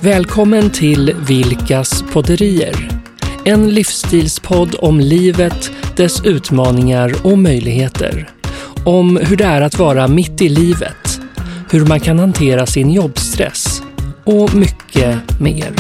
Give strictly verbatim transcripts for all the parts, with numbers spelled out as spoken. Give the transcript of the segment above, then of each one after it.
Välkommen till Vilkas podderier. En livsstilspodd om livet, dess utmaningar och möjligheter. Om hur det är att vara mitt i livet, hur man kan hantera sin jobbstress och mycket mer.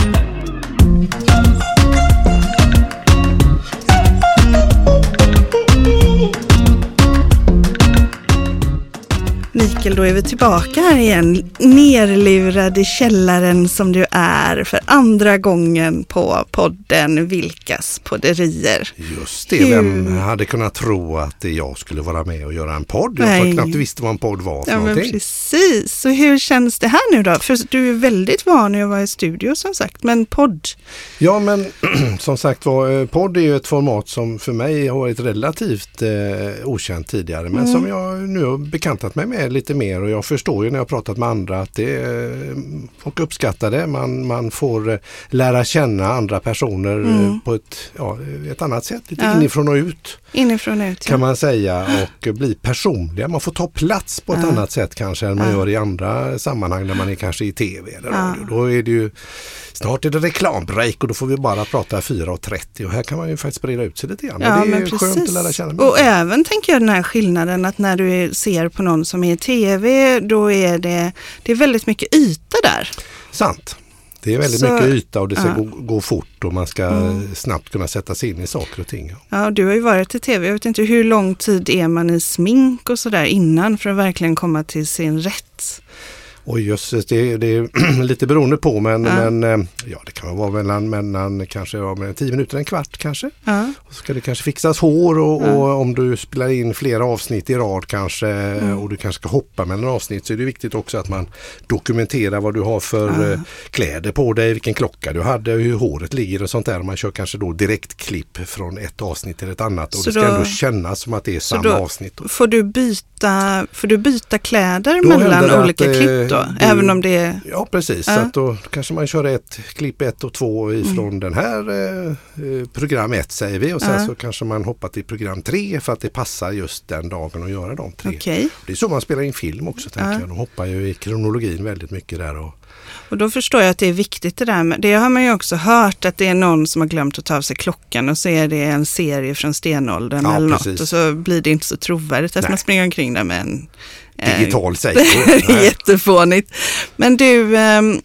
Mikael, då är vi tillbaka här igen, nerlurad i källaren som du är för andra gången på podden Vilkas podderier. Just det, vem hade kunnat tro att jag skulle vara med och göra en podd? Jag Nej. knappt visste vad en podd var för ja, någonting. Men precis, så hur känns det här nu då? För du är väldigt van att vara i studio som sagt, men podd? Ja, men som sagt var, podd är ju ett format som för mig har varit relativt eh, okänt tidigare, men mm. som jag nu har bekantat mig med lite mer, och jag förstår ju när jag pratat med andra att det, folk uppskattar det. Man, man får lära känna andra personer mm. på ett, ja, ett annat sätt, lite ja. inifrån och ut. Inifrån och ut, ja. Kan man säga, och bli personliga. Man får ta plats på ett ja. annat sätt kanske än man ja. gör i andra sammanhang där man är kanske i tv eller ja. radio. Då är det ju, snart är det reklambreak och då får vi bara prata fyra och trettio och här kan man ju faktiskt sprida ut sig lite grann. Ja, och det är men skönt att lära känna mig. Och även tänker jag den här skillnaden att när du ser på någon som är i tv, då är det, det är väldigt mycket yta där. Sant. Det är väldigt så, mycket yta och det ska ja. gå, gå fort och man ska mm. snabbt kunna sätta sig in i saker och ting. Ja, du har ju varit i tv. Jag vet inte hur lång tid är man i smink och sådär innan för att verkligen komma till sin rätt. Och just det, det är lite beroende på, men, ja. men ja, det kan vara mellan, mellan kanske ja, med tio minuter, en kvart kanske. Ja. Och så ska det kanske fixas hår och, ja. och om du spelar in flera avsnitt i rad kanske mm. och du kanske ska hoppa mellan avsnitt, så är det viktigt också att man dokumenterar vad du har för ja. kläder på dig, vilken klocka du hade, hur håret ligger och sånt där. Man kör kanske då direktklipp från ett avsnitt till ett annat och så det ska då, ändå kännas som att det är samma då avsnitt. Får du byta, får du byta kläder då mellan olika att, klipp då? Du, även om det är... Ja, precis. Ja. Så att då kanske man kör ett klipp ett och två ifrån mm. den här eh, program ett säger vi. Och sen ja. så kanske man hoppar till program tre för att det passar just den dagen att göra de tre. Okay. Det är så man spelar in film också, tänker ja. jag. De hoppar ju i kronologin väldigt mycket där. Och... och då förstår jag att det är viktigt det där. Men det har man ju också hört att det är någon som har glömt att ta av sig klockan och så är det en serie från stenåldern ja, eller precis. något. Och så blir det inte så trovärdigt att Nej. man springer omkring där med en digital säker. Jättefånigt. Men du,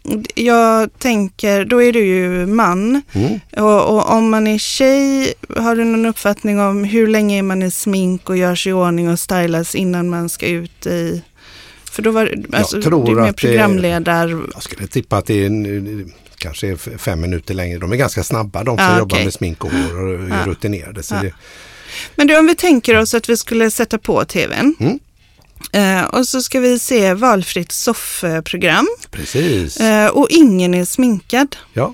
jag tänker, då är du ju man. Mm. Och, och om man är tjej, har du någon uppfattning om hur länge är man i smink och gör sig i ordning och stylas innan man ska ut i... För då var alltså, jag tror du är med programledare. Jag skulle tippa att det är en, kanske fem minuter längre. De är ganska snabba, de som ah, jobbar okay. med smink och hår och är ah. rutinerade. Så ah. det... Men du, om vi tänker oss att vi skulle sätta på tvn. Mm. Uh, och så ska vi se valfritt soffprogram. Precis. Uh, och ingen är sminkad. Ja.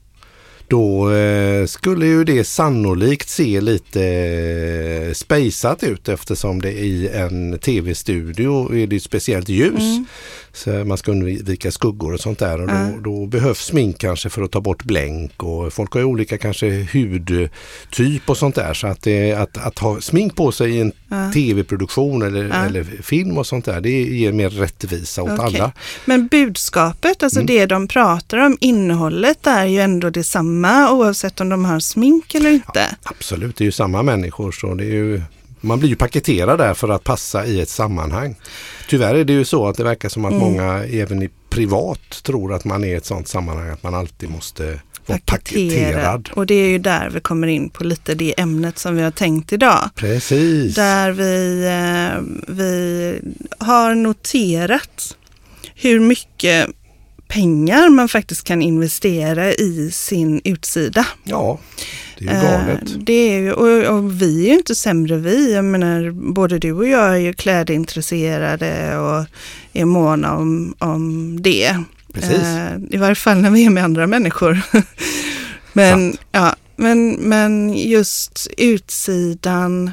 Då eh, skulle ju det sannolikt se lite eh, spejsat ut eftersom det i en tv-studio är det speciellt ljus. Mm. Så man ska undvika skuggor och sånt där. Och då, mm. då behövs smink kanske för att ta bort blänk. Och folk har ju olika kanske hudtyp och sånt där. Så att, det, att, att ha smink på sig i en mm. tv-produktion eller, mm. eller film och sånt där, det ger mer rättvisa åt okay. alla. Men budskapet, alltså mm. det de pratar om, innehållet är ju ändå detsamma oavsett om de har smink eller inte. Ja, absolut, det är ju samma människor så det är ju... Man blir ju paketerad där för att passa i ett sammanhang. Tyvärr är det ju så att det verkar som att mm. många även i privat tror att man är i ett sånt sammanhang att man alltid måste vara paketerad. Och det är ju där vi kommer in på lite det ämnet som vi har tänkt idag. Precis. Där vi, vi har noterat hur mycket pengar man faktiskt kan investera i sin utsida. Ja, det är ju galet. Det är ju, och, och vi är ju inte sämre vi. Jag menar, både du och jag är ju klädintresserade och är måna om, om det. Precis. I varje fall när vi är med andra människor. men, ja, men, men just utsidan,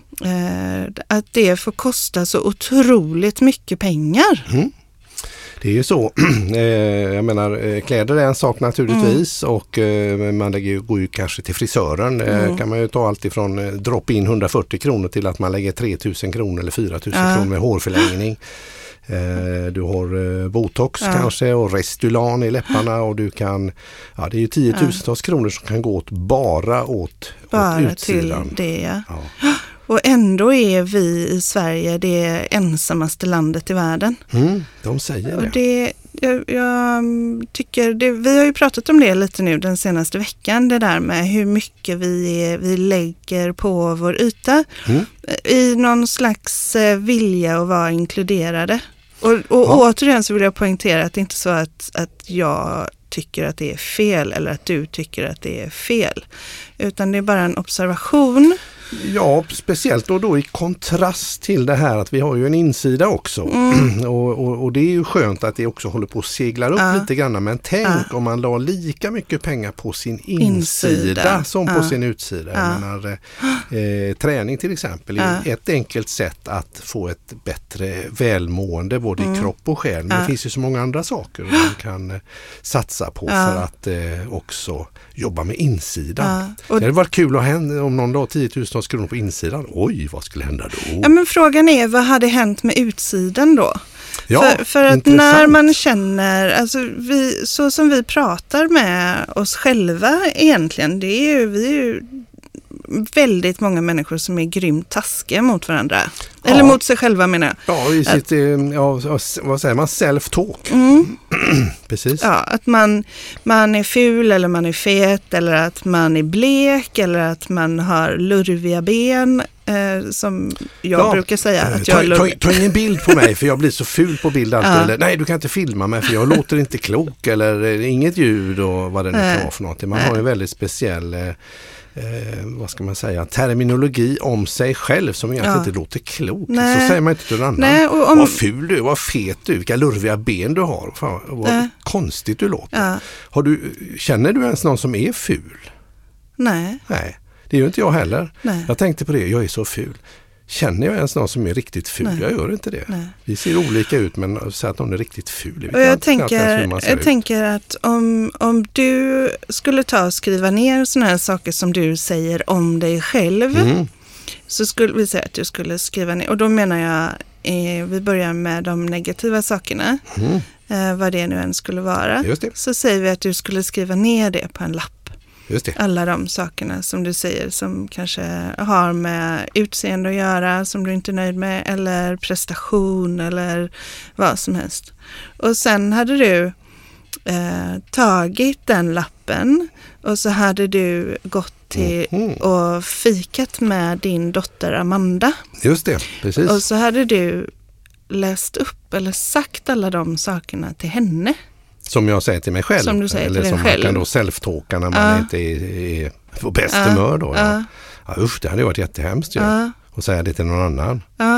att det får kosta så otroligt mycket pengar. Mm. Det är ju så. Jag menar, kläder är en sak naturligtvis mm. och man lägger, går ju kanske till frisören. Mm. Kan man ju ta allt ifrån drop in hundrafyrtio kronor till att man lägger tre tusen kronor eller fyra tusen ja. kronor med hårförlängning. Eh, du har eh, Botox ja. kanske och Restylan i läpparna och du kan, ja det är ju tiotusentals ja. kronor som kan gå åt bara åt, bara åt utsidan. Till det, ja. ja. Och ändå är vi i Sverige det ensammaste landet i världen. Mm, de säger det. Och det jag, jag tycker, det, vi har ju pratat om det lite nu den senaste veckan, det där med hur mycket vi, vi lägger på vår yta mm. i någon slags vilja att vara inkluderade. Och, och ja. återigen så vill jag poängtera att det inte är så att, att jag tycker att det är fel eller att du tycker att det är fel. Utan det är bara en observation. Ja, speciellt då, då i kontrast till det här att vi har ju en insida också. Mm. och, och, och det är ju skönt att det också håller på att segla upp ja. lite grann. Men tänk ja. om man la lika mycket pengar på sin insida, insida. som ja. på sin utsida. Ja. Jag menar, eh, träning till exempel är ja. ett enkelt sätt att få ett bättre välmående både mm. i kropp och själ. Men ja. det finns ju så många andra saker man kan eh, satsa på ja. för att eh, också jobba med insidan. Ja. Och det hade varit kul att hända om någon la tiotusentals kronor på insidan. Oj, vad skulle hända då? Ja, men frågan är, vad hade hänt med utsidan då? Ja, för, för att intressant. När man känner, alltså vi, så som vi pratar med oss själva egentligen, det är ju, vi är ju väldigt många människor som är grymt taskiga mot varandra. Ja. Eller mot sig själva menar jag. Ja, i sitt, ja, vad säger man? Self-talk. Mm. Precis. Ja, att man, man är ful eller man är fet eller att man är blek eller att man har lurviga ben. Eh, som jag ja. brukar säga att jag ta, ta, ta ingen bild på mig för jag blir så ful på bild alltid. Ja. Eller, nej, du kan inte filma mig för jag låter inte klok eller inget ljud och vad det nu kan vara för någonting. Man nej. har en väldigt speciell eh, Eh, vad ska man säga, terminologi om sig själv som egentligen ja. inte låter klok. Nej. Så säger man inte till någon annan. Nej, och om... Vad ful du, vad fet du, vilka lurviga ben du har. Fan, vad Nej. konstigt du låter. Ja. Har du, känner du ens någon som är ful? Nej. Nej, det är ju inte jag heller. Nej. Jag tänkte på det, jag är så ful. Känner jag ens någon som är riktigt ful? Nej. Jag gör inte det. Nej. Vi ser olika ut men säg att någon är riktigt ful. Och jag tänker, jag tänker att om, om du skulle ta och skriva ner såna här saker som du säger om dig själv mm. så skulle vi säga att du skulle skriva ner. Och då menar jag, eh, vi börjar med de negativa sakerna. Mm. Eh, vad det nu än skulle vara. Just det. Så säger vi att du skulle skriva ner det på en lapp. Just det. Alla de sakerna som du säger som kanske har med utseende att göra som du inte är nöjd med eller prestation eller vad som helst. Och sen hade du eh, tagit den lappen och så hade du gått till mm. och fikat med din dotter Amanda. Just det, precis. Och så hade du läst upp eller sagt alla de sakerna till henne. Som jag säger till mig själv. Som du säger eller till som dig själv. Man kan då self-talka när man uh. inte är, är på bäst uh. humör då. Ja. Uh. Ja, usch, det hade varit jättehemskt ju. Uh. Och säga det till någon annan. Uh.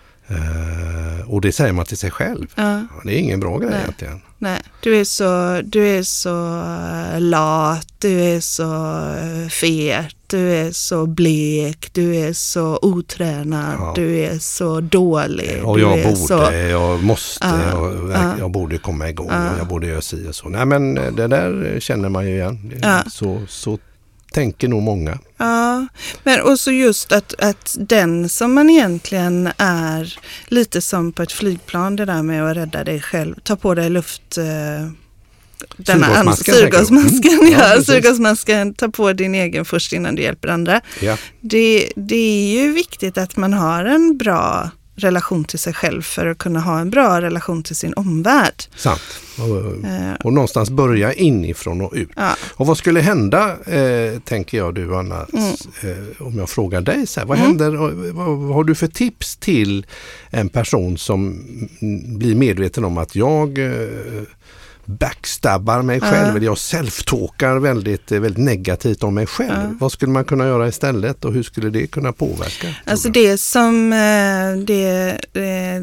Uh, och det säger man till sig själv. Uh. Ja, det är ingen bra grej Nej. egentligen. Nej, du är så, du är så lat, du är så fet, du är så blek, du är så otränad, ja. du är så dålig. Och jag du borde, så... jag måste, uh, jag, uh, jag borde komma igång uh, och jag borde göra si och så. Nej men det där känner man ju igen. Uh, så, så tänker nog många. Ja, men också just att, att den som man egentligen är lite som på ett flygplan, det där med att rädda dig själv, ta på dig luft... Eh, denna syrgasmasken, mm. ja, ja syrgasmasken, ta på din egen först innan du hjälper andra. Ja. Det, det är ju viktigt att man har en bra relation till sig själv för att kunna ha en bra relation till sin omvärld. Sant. Och, uh, och någonstans börja inifrån och ut. Ja. Och vad skulle hända, eh, tänker jag du Anna, mm. eh, om jag frågar dig så här, vad mm. händer, vad, vad har du för tips till en person som blir medveten om att jag eh, backstabbar mig själv, uh. eller jag self-talkar väldigt, väldigt negativt om mig själv. Uh. Vad skulle man kunna göra istället och hur skulle det kunna påverka? Alltså det som det, det,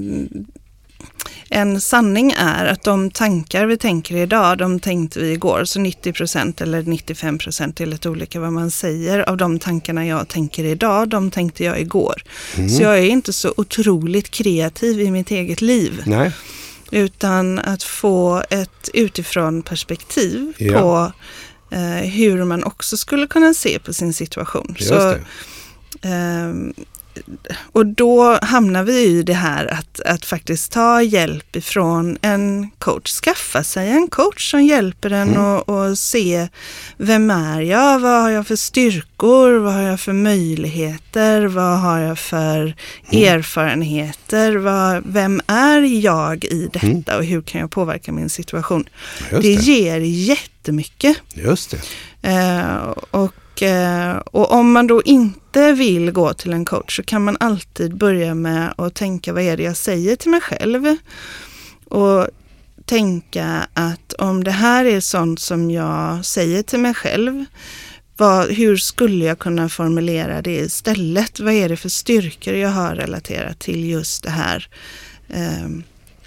en sanning är att de tankar vi tänker idag, de tänkte vi igår, så nittio procent eller nittiofem procent är lite olika vad man säger av de tankarna jag tänker idag, de tänkte jag igår. Mm. Så jag är inte så otroligt kreativ i mitt eget liv. Nej. Utan att få ett utifrån perspektiv ja. på eh, hur man också skulle kunna se på sin situation. Just Så det. eh, och då hamnar vi i det här att, att faktiskt ta hjälp ifrån en coach. Skaffa sig en coach som hjälper en mm. och, och se vem är jag, vad har jag för styrkor, vad har jag för möjligheter, vad har jag för mm. erfarenheter, vad, vem är jag i detta mm. och hur kan jag påverka min situation. Det. det ger jättemycket. Just det. Eh, och Och om man då inte vill gå till en coach så kan man alltid börja med att tänka vad är det jag säger till mig själv. Och tänka att om det här är sånt som jag säger till mig själv, vad, hur skulle jag kunna formulera det istället? Vad är det för styrkor jag har relaterat till just det här? Um,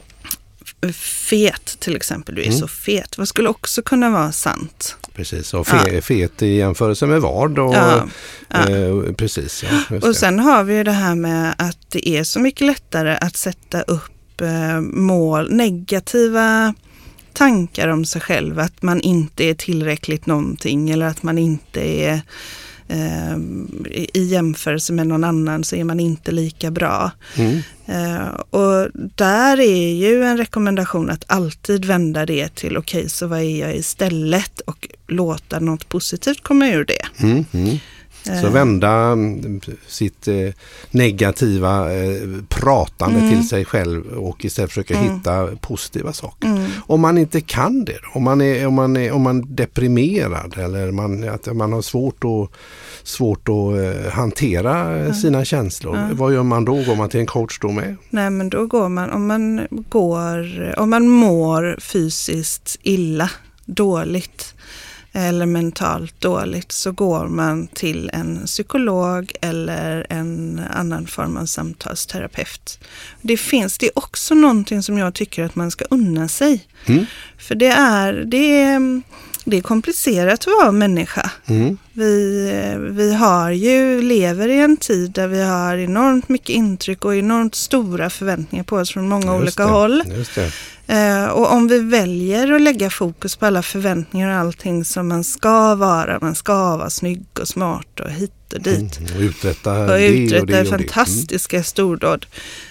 fet till exempel, du är mm. så fet. Vad skulle också kunna vara sant? Precis, och fe, ja. fet i jämförelse med vad och, ja. Ja. Eh, precis. Ja, och sen har vi ju det här med att det är så mycket lättare att sätta upp eh, mål, negativa tankar om sig själv, att man inte är tillräckligt någonting eller att man inte är eh, i jämförelse med någon annan så är man inte lika bra. Mm. Eh, och där är ju en rekommendation att alltid vända det till okej, okay, så vad är jag istället och låta något positivt komma ur det. Mm, mm. Så vända sitt eh, negativa eh, pratande mm. till sig själv och istället försöka mm. hitta positiva saker. Mm. Om man inte kan det, om man är, om man är, om man är deprimerad eller man, att man har svårt att, svårt att eh, hantera mm. sina känslor, mm. vad gör man då? Går man till en coach då med? Nej, men då går man, om man går, om man mår fysiskt illa, dåligt eller mentalt dåligt, så går man till en psykolog eller en annan form av samtalsterapeut. Det finns, det är också någonting som jag tycker att man ska unna sig. Mm. För det är, det är, det är komplicerat att vara människa. Mm. Vi, vi har ju, lever i en tid där vi har enormt mycket intryck och enormt stora förväntningar på oss från många just olika det, håll. Just det. Uh, och om vi väljer att lägga fokus på alla förväntningar och allting som man ska vara, man ska vara snygg och smart och hit och dit. Mm, och uträtta, och det uträtta och det och fantastiska mm. stordåd.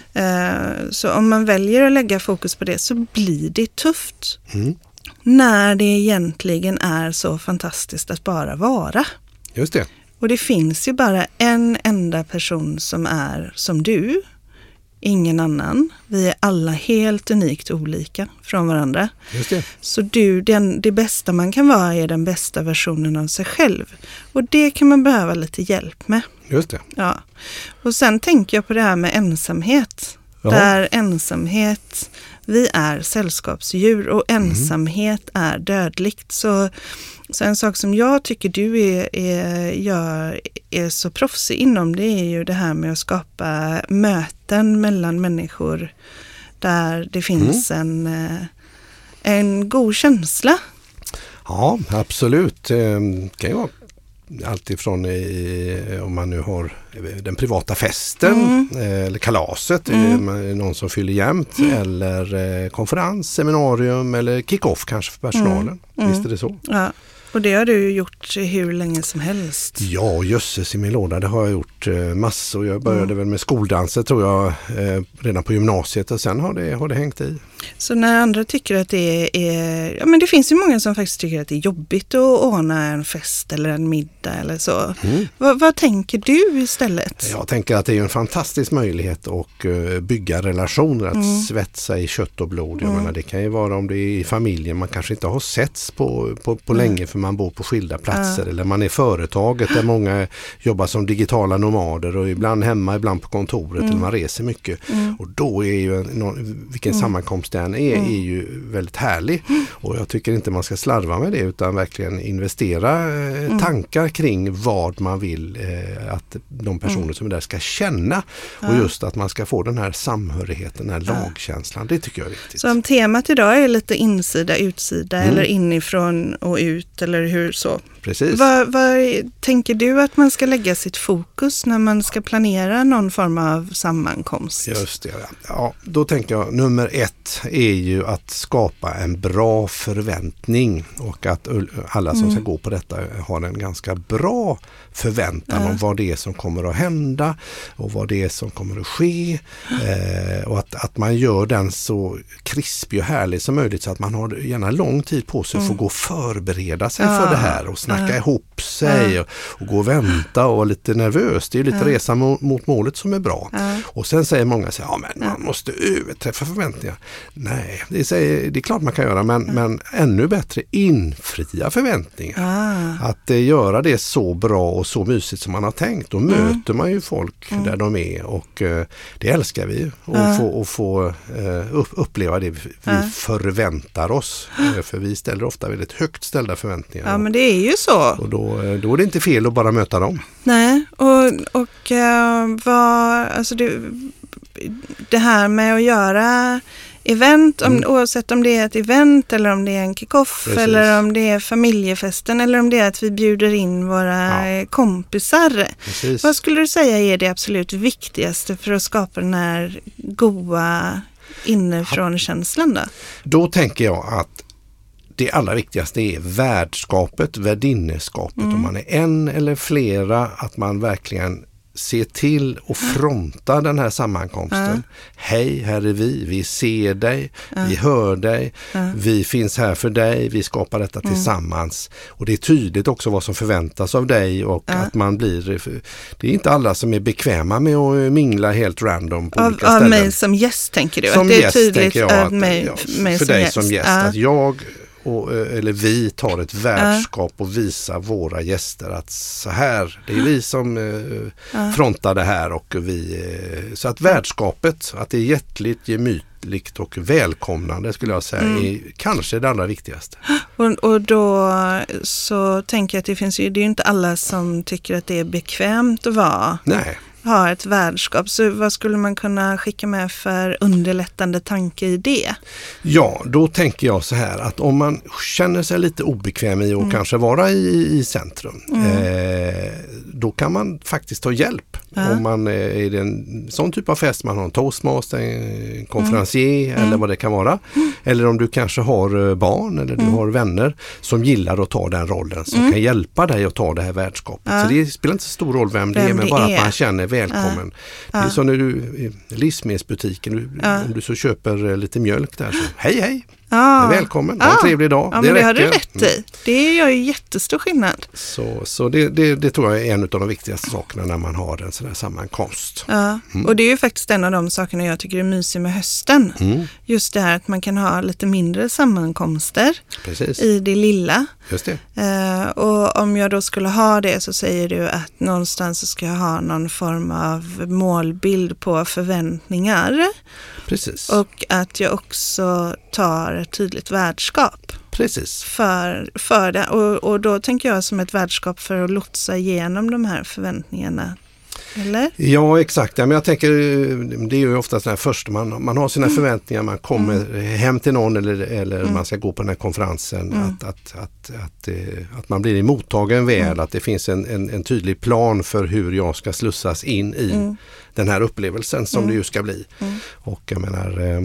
Uh, så om man väljer att lägga fokus på det så blir det tufft. Mm. När det egentligen är så fantastiskt att bara vara. Just det. Och det finns ju bara en enda person som är som du. Ingen annan. Vi är alla helt unikt olika från varandra. Just det. Så du, den, det bästa man kan vara är den bästa versionen av sig själv. Och det kan man behöva lite hjälp med. Just det. Ja. Och sen tänker jag på det här med ensamhet. Jaha. Där ensamhet, vi är sällskapsdjur och ensamhet mm. är dödligt. Så, så en sak som jag tycker du är, är, gör, är så proffsig inom, det är ju det här med att skapa möten mellan människor där det finns mm. en, en god känsla. Ja, absolut. Det kan ju vara allt ifrån i, om man nu har den privata festen mm. eller kalaset, mm. någon som fyller jämt mm. eller konferens, seminarium eller kick-off kanske för personalen. Mm. Visst är det så? Ja. Och det har du ju gjort hur länge som helst. Ja, jösses i min låda. Det har jag gjort eh, massor. Jag började mm. väl med skoldanser tror jag eh, redan på gymnasiet och sen har det, har det hängt i. Så när andra tycker att det är... Ja, men det finns ju många som faktiskt tycker att det är jobbigt att ordna en fest eller en middag eller så. Mm. Va, vad tänker du istället? Jag tänker att det är en fantastisk möjlighet att uh, bygga relationer, att mm. svetsa i kött och blod. Jag mm. menar, det kan ju vara om det är i familjen. Man kanske inte har setts på, på, på mm. länge för man bor på skilda platser ja. Eller man är företaget där många jobbar som digitala nomader och ibland hemma, ibland på kontoret mm. eller man reser mycket. Mm. Och då är ju en, vilken mm. sammankomst den är, mm. är ju väldigt härlig mm. och jag tycker inte man ska slarva med det utan verkligen investera eh, mm. tankar kring vad man vill eh, att de personer mm. som är där ska känna ja. Och just att man ska få den här samhörigheten, den här ja. Lagkänslan, det tycker jag är viktigt. Så om temat idag är lite insida, utsida mm. eller inifrån och ut eller hur så? Precis. Vad, vad tänker du att man ska lägga sitt fokus när man ska planera någon form av sammankomst? Just det. Ja, då tänker jag nummer ett är ju att skapa en bra förväntning och att alla som mm. ska gå på detta har en ganska bra förväntan ja. om vad det är som kommer att hända och vad det är som kommer att ske eh, och att, att man gör den så krispig och härlig som möjligt så att man har gärna lång tid på sig mm. för att gå och förbereda sig ja. för det här och snacka ja. ihop sig ja. och, och gå och vänta och vara lite nervös. Det är ju lite ja. resa mot, mot målet som är bra. Ja. Och sen säger många så, ja men man måste överträffa förväntningar. Nej, det, säger, det är klart man kan göra men, ja. men ännu bättre infria förväntningar. Ja. Att eh, göra det så bra och så mysigt som man har tänkt. Då mm. möter man ju folk mm. där de är och eh, det älskar vi. Och ja. få, och få eh, upp, uppleva det vi ja. förväntar oss. Eh, för vi ställer ofta väldigt högt ställda förväntningar. Ja, men det är ju så. Och då, då är det inte fel att bara möta dem. Nej, och, och uh, vad, alltså det, det här med att göra event, om, mm. oavsett om det är ett event eller om det är en kick-off Precis. eller om det är familjefesten eller om det är att vi bjuder in våra ja. kompisar. Precis. Vad skulle du säga är det absolut viktigaste för att skapa den här goa inifrån-känslan då? Då tänker jag att det allra viktigaste är värdskapet, värdinneskapet. Mm. Om man är en eller flera, att man verkligen ser till och fronta den här sammankomsten. Mm. Hej, här är vi. Vi ser dig. Mm. Vi hör dig. Mm. Vi finns här för dig. Vi skapar detta mm. tillsammans. Och det är tydligt också vad som förväntas av dig och mm. att man blir... Det är inte alla som är bekväma med att mingla helt random på av, olika ställen. Av mig som gäst, tänker du? Som att det är gäst, tydligt tänker jag. Att, mig, ja, mig för som dig gäst. som gäst. Ja. Att jag... Och, eller vi tar ett värdskap och visar våra gäster att så här, det är vi som eh, frontar det här och vi, eh, så att värdskapet, att det är hjärtligt, gemytligt och välkomnande skulle jag säga mm. är kanske det allra viktigaste. Och, och då så tänker jag att det finns ju, det är ju inte alla som tycker att det är bekvämt att vara. Nej. Ha ett värdskap. Så vad skulle man kunna skicka med för underlättande tanke i det? Ja, då tänker jag så här att om man känner sig lite obekväm i att mm. kanske vara i, i centrum mm. eh, då kan man faktiskt ta hjälp. Ja. Om man är i en sån typ av fest, man har en toastmaster, en konferencier mm. eller vad det kan vara. Mm. Eller om du kanske har barn eller du mm. har vänner som gillar att ta den rollen som mm. kan hjälpa dig att ta det här värdskapet. Ja. Så det spelar inte så stor roll vem, vem det är, men bara är. Att man känner välkommen. Ja. Det är som när du i livsmedelsbutiken, du, ja. om du så köper lite mjölk där så, hej hej! Ah. Välkommen, ha en ah. trevlig dag. Ja, det men det räcker. har du rätt i. Det gör ju jättestor skillnad. Så, så det, det, det tror jag är en av de viktigaste sakerna när man har en sån här sammankomst. Ja, mm. och det är ju faktiskt en av de sakerna jag tycker är mysig med hösten. Mm. Just det här att man kan ha lite mindre sammankomster Precis. I det lilla. Just det. Uh, och om jag då skulle ha det så säger du att någonstans så ska jag ha någon form av målbild på förväntningar. Precis. Och att jag också tar ett tydligt värdskap. Precis. För, för det. Och, och då tänker jag som ett värdskap för att lotsa igenom de här förväntningarna. Eller? Ja, exakt. Ja, men jag tänker, det är ju ofta så här först, man, man har sina mm. förväntningar, man kommer mm. hem till någon eller, eller mm. man ska gå på den här konferensen, mm. att, att, att, att, att man blir emottagen väl, mm. att det finns en, en, en tydlig plan för hur jag ska slussas in i mm. den här upplevelsen som mm. det ju ska bli. Mm. Och jag menar... Eh,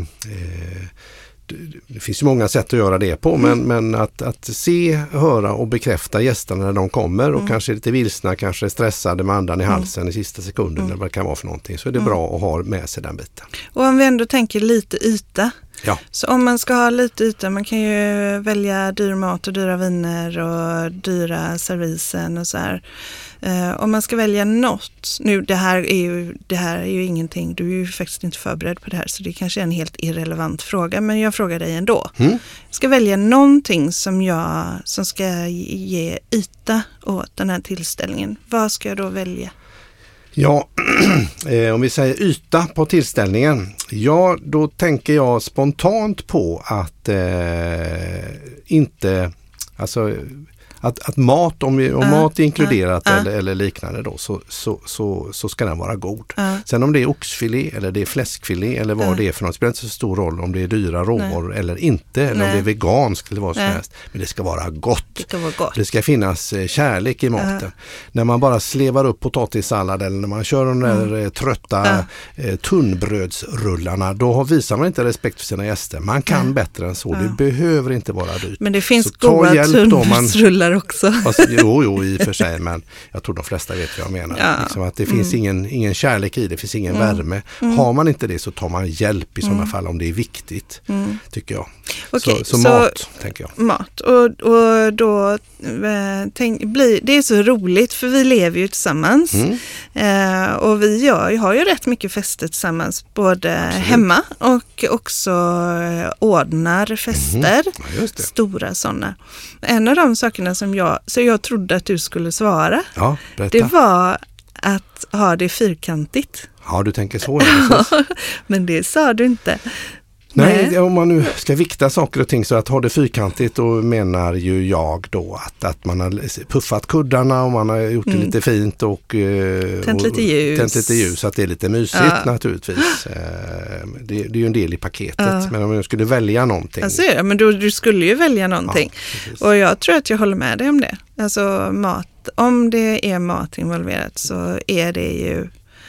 det finns ju många sätt att göra det på, men, mm. men att, att se, höra och bekräfta gästerna när de kommer och mm. kanske lite vilsna, kanske stressade med andan i halsen mm. i sista sekunden mm. eller vad det kan vara för någonting, så är det mm. bra att ha med sig den biten. Och om vi ändå tänker lite yta, ja. Så om man ska ha lite yta, man kan ju välja dyr mat och dyra viner och dyra servisen och så här. Uh, om man ska välja något, nu det här, är ju, det här är ju ingenting, du är ju faktiskt inte förberedd på det här så det kanske är en helt irrelevant fråga, men jag frågar dig ändå. Mm. Jag ska välja någonting som, jag, som ska ge yta åt den här tillställningen. Vad ska jag då välja? Ja, eh, om vi säger yta på tillställningen, ja då tänker jag spontant på att eh, inte, alltså att, att mat, om, vi, om uh, mat är inkluderat uh, uh. eller, eller liknande då, så, så, så, så ska den vara god. Uh. Sen om det är oxfilé eller det är fläskfilé eller vad uh. det är för något, spelar inte så stor roll om det är dyra råvaror Nej. eller inte, eller Nej. om det är veganskt eller vad som Nej. helst. Men det ska vara gott. Det ska vara gott. Det ska finnas eh, kärlek i maten. Uh. När man bara slevar upp potatissallad eller när man kör de där mm. eh, trötta uh. eh, tunnbrödsrullarna, då visar man inte respekt för sina gäster. Man kan uh. bättre än så. Uh. Det behöver inte vara dyrt. Men det finns goda tunnbrödsrullar man, också. Alltså, jo, jo, i och för sig, men jag tror de flesta vet vad jag menar. Ja. Liksom att det finns mm. ingen, ingen kärlek i det, finns ingen mm. värme. Mm. Har man inte det så tar man hjälp i sådana mm. fall om det är viktigt, mm. tycker jag. Okay, så, så, så mat, tänker jag. Mat, och, och då eh, tänk, blir, det är så roligt för vi lever ju tillsammans mm. eh, och vi gör, har ju rätt mycket fester tillsammans, både Absolut. hemma och också eh, ordnar fester, mm. ja, stora sådana. En av de sakerna som jag, så jag trodde att du skulle svara, ja, det var att ha det fyrkantigt. Ja, du tänker så. Ja, men det sa du inte. Nej, Nej, om man nu ska vikta saker och ting så att ha det fyrkantigt, då menar ju jag då att, att man har puffat kuddarna och man har gjort mm. det lite fint och, tänt, och lite ljus. tänt lite ljus så att det är lite mysigt ja. naturligtvis. Det, det är ju en del i paketet, ja. men om jag skulle välja någonting. Alltså, ja, men då, du skulle ju välja någonting. Ja, och jag tror att jag håller med dig om det. Alltså mat, om det är mat involverat så är det ju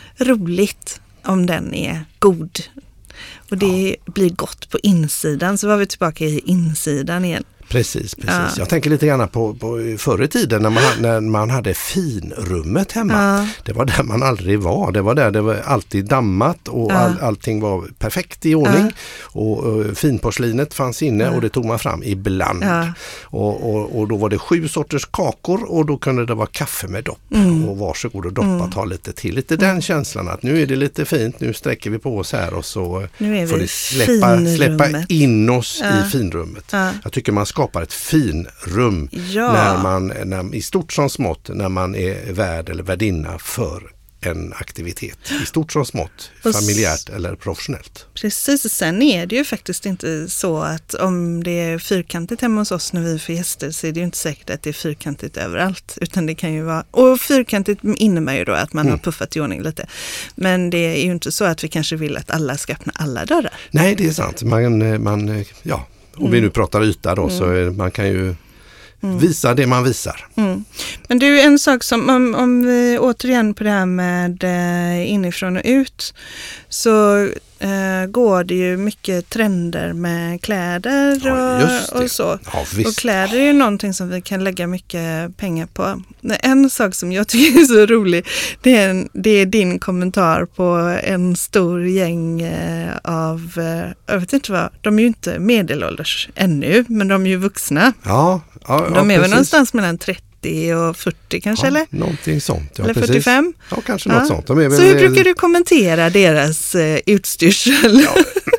roligt om den är god. Och det ja. blir gott på insidan. Så var vi tillbaka i insidan igen. Precis, precis. Ja. Jag tänker lite grann på, på förr i tiden när man, när man hade finrummet hemma. Ja. Det var där man aldrig var. Det var där det var alltid dammat och ja. all, allting var perfekt i ordning. Ja. Och, och finporslinet fanns inne ja. och det tog man fram ibland. Ja. Och, och, och då var det sju sorters kakor och då kunde det vara kaffe med dopp. Mm. Och varsågod och doppa, mm. ta lite till. Lite den känslan att nu är det lite fint, nu sträcker vi på oss här och så får det släppa, släppa in oss ja. i finrummet. Ja. Jag tycker man skapar ett finrum ja. när man, när, i stort som smått, när man är värd eller värdinna för en aktivitet. I stort som smått, familjärt eller professionellt. Precis, och sen är det ju faktiskt inte så att om det är fyrkantigt hemma hos oss när vi får gäster så är det ju inte säkert att det är fyrkantigt överallt. Utan det kan ju vara, och fyrkantigt innebär ju då att man mm. har puffat i ordning lite. Men det är ju inte så att vi kanske vill att alla ska öppna alla dörrar. Nej, det är sant. Man, man ja, om mm. vi nu pratar yta då mm. så är, man kan ju Mm. visa det man visar. Mm. Men du, en sak som, om, om vi återigen på det här med eh, inifrån och ut, så eh, går det ju mycket trender med kläder och, ja, och så. Ja, och kläder är ju någonting som vi kan lägga mycket pengar på. En sak som jag tycker är så rolig, det är, en, det är din kommentar på en stor gäng eh, av, eh, jag vet inte vad, de är ju inte medelålders ännu, men de är ju vuxna. Ja, ja, de ja, är precis. väl någonstans mellan trettio och fyrtio kanske, ja, eller? Någonting sånt. Ja, eller precis. fyrtiofem? Ja, kanske något ja. sånt. De är väl, så hur brukar du kommentera deras eh, utstyrsel? Ja.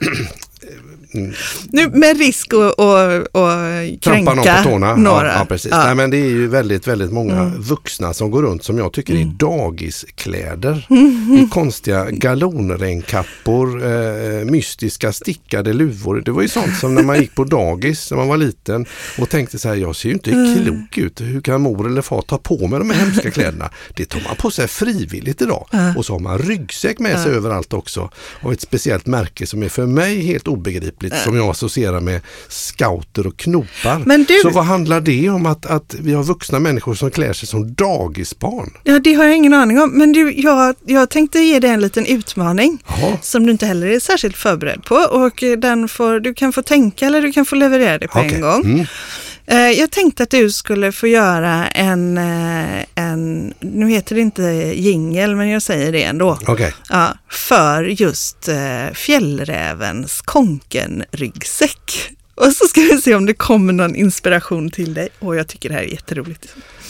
Mm. Nu med risk att och, och kränka någon på tårna. några. Ja, ja, precis. Ja. Nej, men det är ju väldigt, väldigt många mm. vuxna som går runt som jag tycker mm. är dagiskläder. Mm. I konstiga galonregnkappor, eh, mystiska stickade luvor. Det var ju sånt som när man gick på dagis när man var liten och tänkte så här, jag ser ju inte klok ut. Hur kan mor eller far ta på med de här hemska kläderna? Det tar man på sig frivilligt idag. Mm. Och så har man ryggsäck med sig mm. överallt också. Och ett speciellt märke som är för mig helt obegripligt. Som jag associerar med scouter och knopar. Men du, så vad handlar det om att, att vi har vuxna människor som klär sig som dagisbarn? Ja, det har jag ingen aning om. Men du, jag, jag tänkte ge dig en liten utmaning. Aha. Som du inte heller är särskilt förberedd på. Och den får, du kan få tänka eller du kan få leverera det på okay. en gång. Mm. Jag tänkte att du skulle få göra en, en nu heter det inte jingle, men jag säger det ändå. Okay. Ja, för just fjällrävens konkenryggsäck. Och så ska vi se om det kommer någon inspiration till dig. Och jag tycker det här är jätteroligt.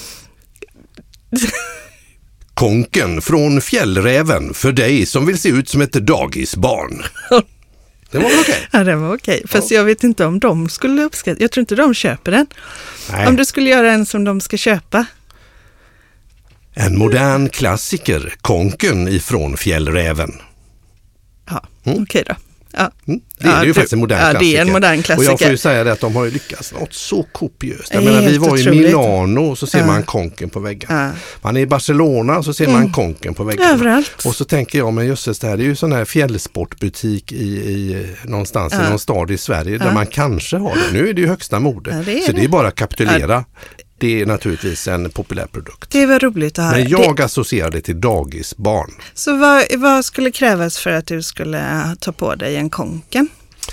Konken från fjällräven för dig som vill se ut som ett dagisbarn. Det var väl okej? Ja, det var okej. Fast ja. jag vet inte om de skulle uppskatta. Jag tror inte de köper den. Nej. Om du skulle göra en som de ska köpa. En modern klassiker, konken ifrån fjällräven. Ja, mm. okej då. Ja. Mm. Det är ja, ju du, faktiskt en modern ja, klassiker. Det är en modern klassiker. Och jag får ju säga det att de har ju lyckats något så kopiöst. Jag Det är menar, vi helt var i otroligt. Milano och så ser Ja. man konken på väggen. Ja. Man är i Barcelona och så ser man Mm. konken på väggen. Överallt. Och så tänker jag, men just det här, det är ju sån här fjällsportbutik i, i någonstans Ja. i någon stad i Sverige där Ja. man kanske har det. Nu är det ju högsta mode. Ja, det är så det. det är bara att kapitulera. Det är naturligtvis en populär produkt. Det var roligt att höra. Men jag det, associerar det till dagisbarn. så vad, vad skulle krävas för att du skulle ta på dig en konken?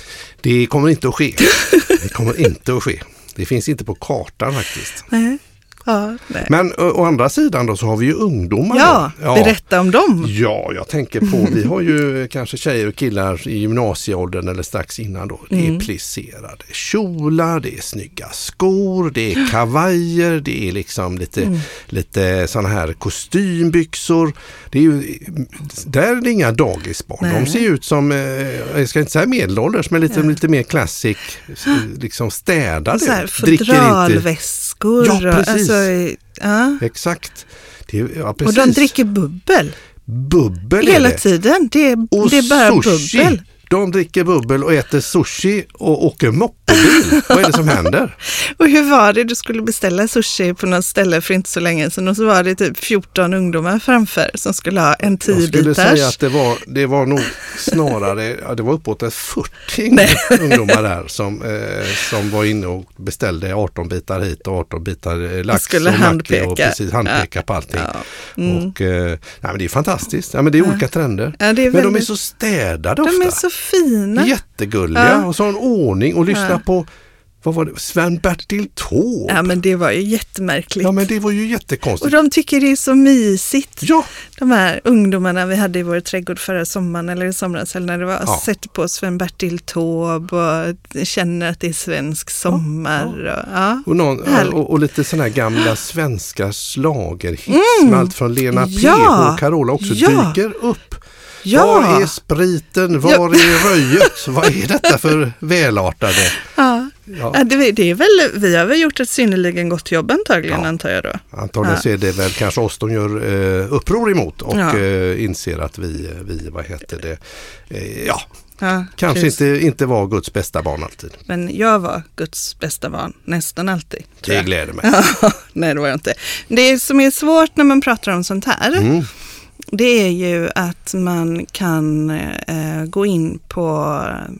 Det kommer inte att ske. Det kommer inte att ske. Det finns inte på kartan faktiskt. Nej. Ja, nej. Men å, å andra sidan då så har vi ju ungdomar. ja, då. berätta om dem. Ja, jag tänker på, vi har ju kanske tjejer och killar i gymnasieåldern eller strax innan då. Det är Mm. plisserade kjolar, det är snygga skor, det är kavajer, det är liksom lite, Mm. lite sådana här kostymbyxor. Det är ju, där är det inga dagisbarn. Nej. De ser ut som, eh, jag ska inte säga medelålders, men lite, Ja. lite mer classic, liksom städade. Så här, Dricker inte. fodralväskor. Ja, och- precis. Alltså, ja. Exakt. Det, är- ja, Och precis. de dricker bubbel bubbel hela är det. tiden. Det är, Och det är bara sushi. bubbel. De dricker bubbel och äter sushi och åker moppebil. Vad är det som händer? Och hur var det? Du skulle beställa sushi på något ställe för inte så länge sedan och så var det typ fjorton ungdomar framför som skulle ha en Jag skulle tio-bitars. säga att det var, det var nog snarare, ja, det var uppåt ett fyrtio ungdomar där som, eh, som var inne och beställde arton bitar hit och arton bitar eh, lax skulle och macke handpeka. och precis handpeka Ja. på allting. Ja. Mm. Och, eh, nej, men det är fantastiskt. Ja, men det är Ja. olika trender. Ja, det är men de är väldigt- så städade De ofta. är så fina. Jättegulliga Ja. och så en ordning och lyssna Ja. på, vad var det, Sven-Bertil Taube. Ja, men det var ju jättemärkligt. Ja, men det var ju Och jättekonstigt. de tycker det är så mysigt. Ja, De här ungdomarna vi hade i vår trädgård förra sommaren eller i somras eller när det var, Ja. sätter på Sven-Bertil Taube och känner att det är svensk sommar. Och, ja. och, någon, Härligt. och, och lite sådana här gamla svenska schlagerhits med allt från Lena P Ja. och Carola också Ja. dyker upp. Ja. Var är spriten? Var Ja. är röjet? Vad är detta för välartade? Ja. Ja, Ja, det, det är väl, vi har väl gjort ett synnerligen gott jobb antagligen Ja. antar jag då. antagligen Ja. så är det väl kanske oss de gör eh, uppror emot och Ja. eh, inser att vi, vi, vad heter det, eh, ja, Ja, kanske precis. inte, inte var Guds bästa barn alltid. Men jag var Guds bästa barn, nästan alltid. tror Det jag. gläder mig. Ja, nej, det var jag inte. Det som är svårt när man pratar om sånt här, Mm. det är ju att man kan eh, gå in på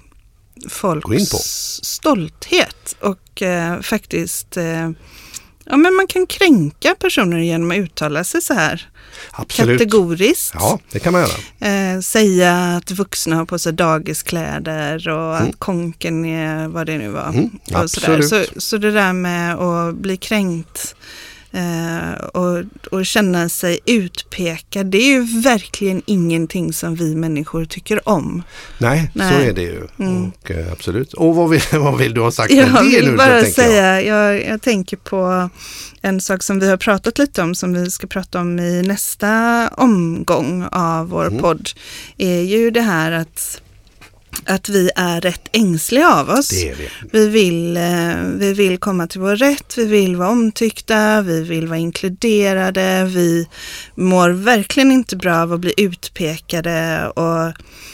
folks Gå in på. stolthet och eh, faktiskt, eh, ja men man kan kränka personer genom att uttala sig så här Absolut. kategoriskt. Ja, det kan man göra. Eh, säga att vuxna har på sig dagiskläder och Mm. att konken är vad det nu var. Mm, och sådär. absolut. Så, så det där med att bli kränkt eh, och, och känna sig utpekad, det är ju verkligen ingenting som vi människor tycker om. Nej, Nej. så är det ju. Mm. Och, eh, absolut. Och vad vill, vad vill du ha sagt Jag om det vill nu? bara tänker jag. säga, jag. Jag, tänker på en sak som vi har pratat lite om, som vi ska prata om i nästa omgång av vår Mm. podd, är ju det här att, att vi är rätt ängsliga av oss. Det är det. Vi vill, eh, vi vill komma till vår rätt, vi vill vara omtyckta, vi vill vara inkluderade, vi mår verkligen inte bra av att bli utpekade och,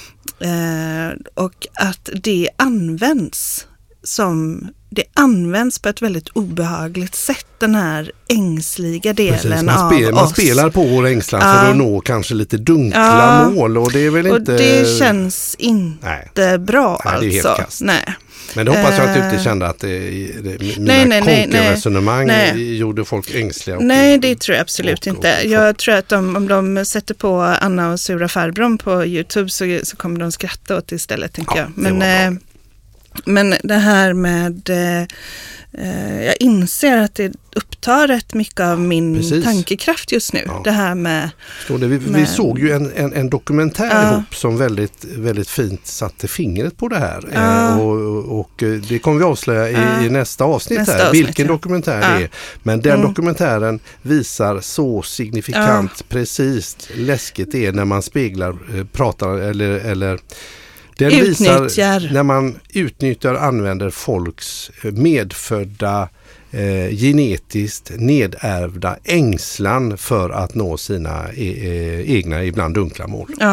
eh, och att det används som det används på ett väldigt obehagligt sätt, den här ängsliga delen Precis, man, av spel, man oss. spelar på vår ängslan Ja. för att nå kanske lite dunkla Ja. mål och det är väl och inte... det känns inte Nej. bra Nej, det är helt alltså. kast. Nej. Men det hoppas jag att du inte Eh. kände att det, det, mina Nej, nej, nej, konkenresonemang nej. gjorde folk ängsliga. Och, Nej, det tror jag absolut och- inte. och- Jag tror att de, om de sätter på Anna och Sura Farbrorn på YouTube så, så kommer de skratta åt det istället, tänker Ja, jag. det Men, var bra. eh, men det här med, eh, eh, jag inser att det upptar rätt mycket av min Precis. tankekraft just nu. Ja. Det här med, Förstår du? Vi, vi Men- såg ju en, en, en dokumentär Ja. ihop som väldigt, väldigt fint satte fingret på det här. Ja. Eh, och, och eh, det kommer vi avslöja i, Ja. i nästa avsnitt Nästa här, avsnitt, vilken ja. dokumentär Ja. det är. Men den Mm. dokumentären visar så signifikant precis läskigt det är när man speglar, eh, pratar eller, eller den Utnyttjar. visar när man utnyttjar och använder folks eh, medfödda Eh, genetiskt nedärvda ängslan för att nå sina e- eh, egna, ibland dunkla mål. ja.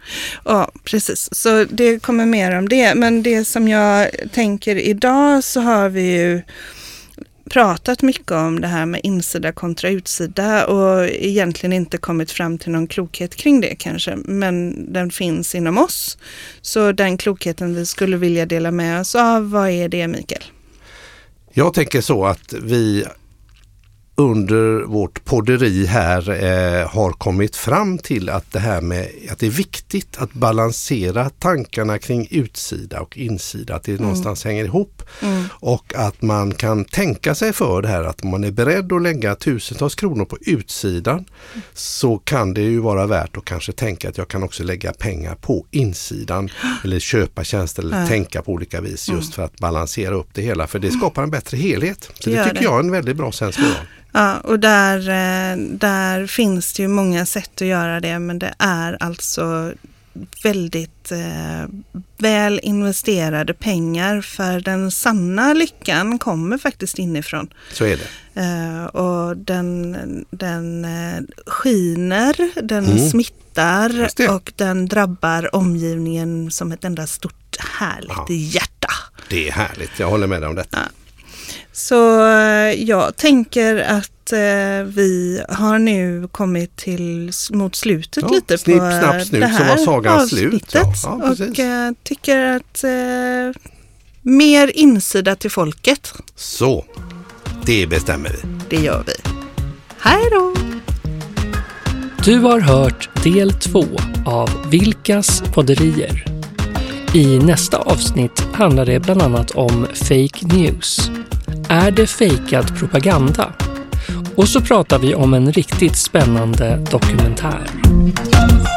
Ja, precis. Så det kommer mer om det. Men det som jag tänker idag, så har vi ju pratat mycket om det här med insida kontra utsida och egentligen inte kommit fram till någon klokhet kring det kanske, men den finns inom oss. Så den klokheten vi skulle vilja dela med oss av, vad är det, Mikael? Jag tänker så att vi under vårt podderi här eh, har kommit fram till att det här med att det är viktigt att balansera tankarna kring utsida och insida, att det mm. någonstans hänger ihop mm. och att man kan tänka sig för det här, att man är beredd att lägga tusentals kronor på utsidan mm. så kan det ju vara värt att kanske tänka att jag kan också lägga pengar på insidan eller köpa tjänster eller mm. tänka på olika vis just mm. för att balansera upp det hela, för det skapar en bättre helhet. Så det, det tycker det. jag är en väldigt bra sensmoral. Ja, och där, där finns det ju många sätt att göra det, men det är alltså väldigt eh, väl investerade pengar, för den sanna lyckan kommer faktiskt inifrån. Så är det. Eh, och den, den eh, skiner, den mm. smittar och den drabbar omgivningen som ett enda stort härligt ja. hjärta. Det är härligt, jag håller med dig om detta. Ja. Så jag tänker att eh, vi har nu kommit till mot slutet ja, lite snipp, på snapp, snup, det här så var sagans slut. Ja, ja, och eh, tycker att eh, mer insida till folket. Så, det bestämmer vi. Det gör vi. Hej då! Du har hört del två av Vilkas podderier. I nästa avsnitt handlar det bland annat om fake news. Är det fejkad propaganda? Och så pratar vi om en riktigt spännande dokumentär.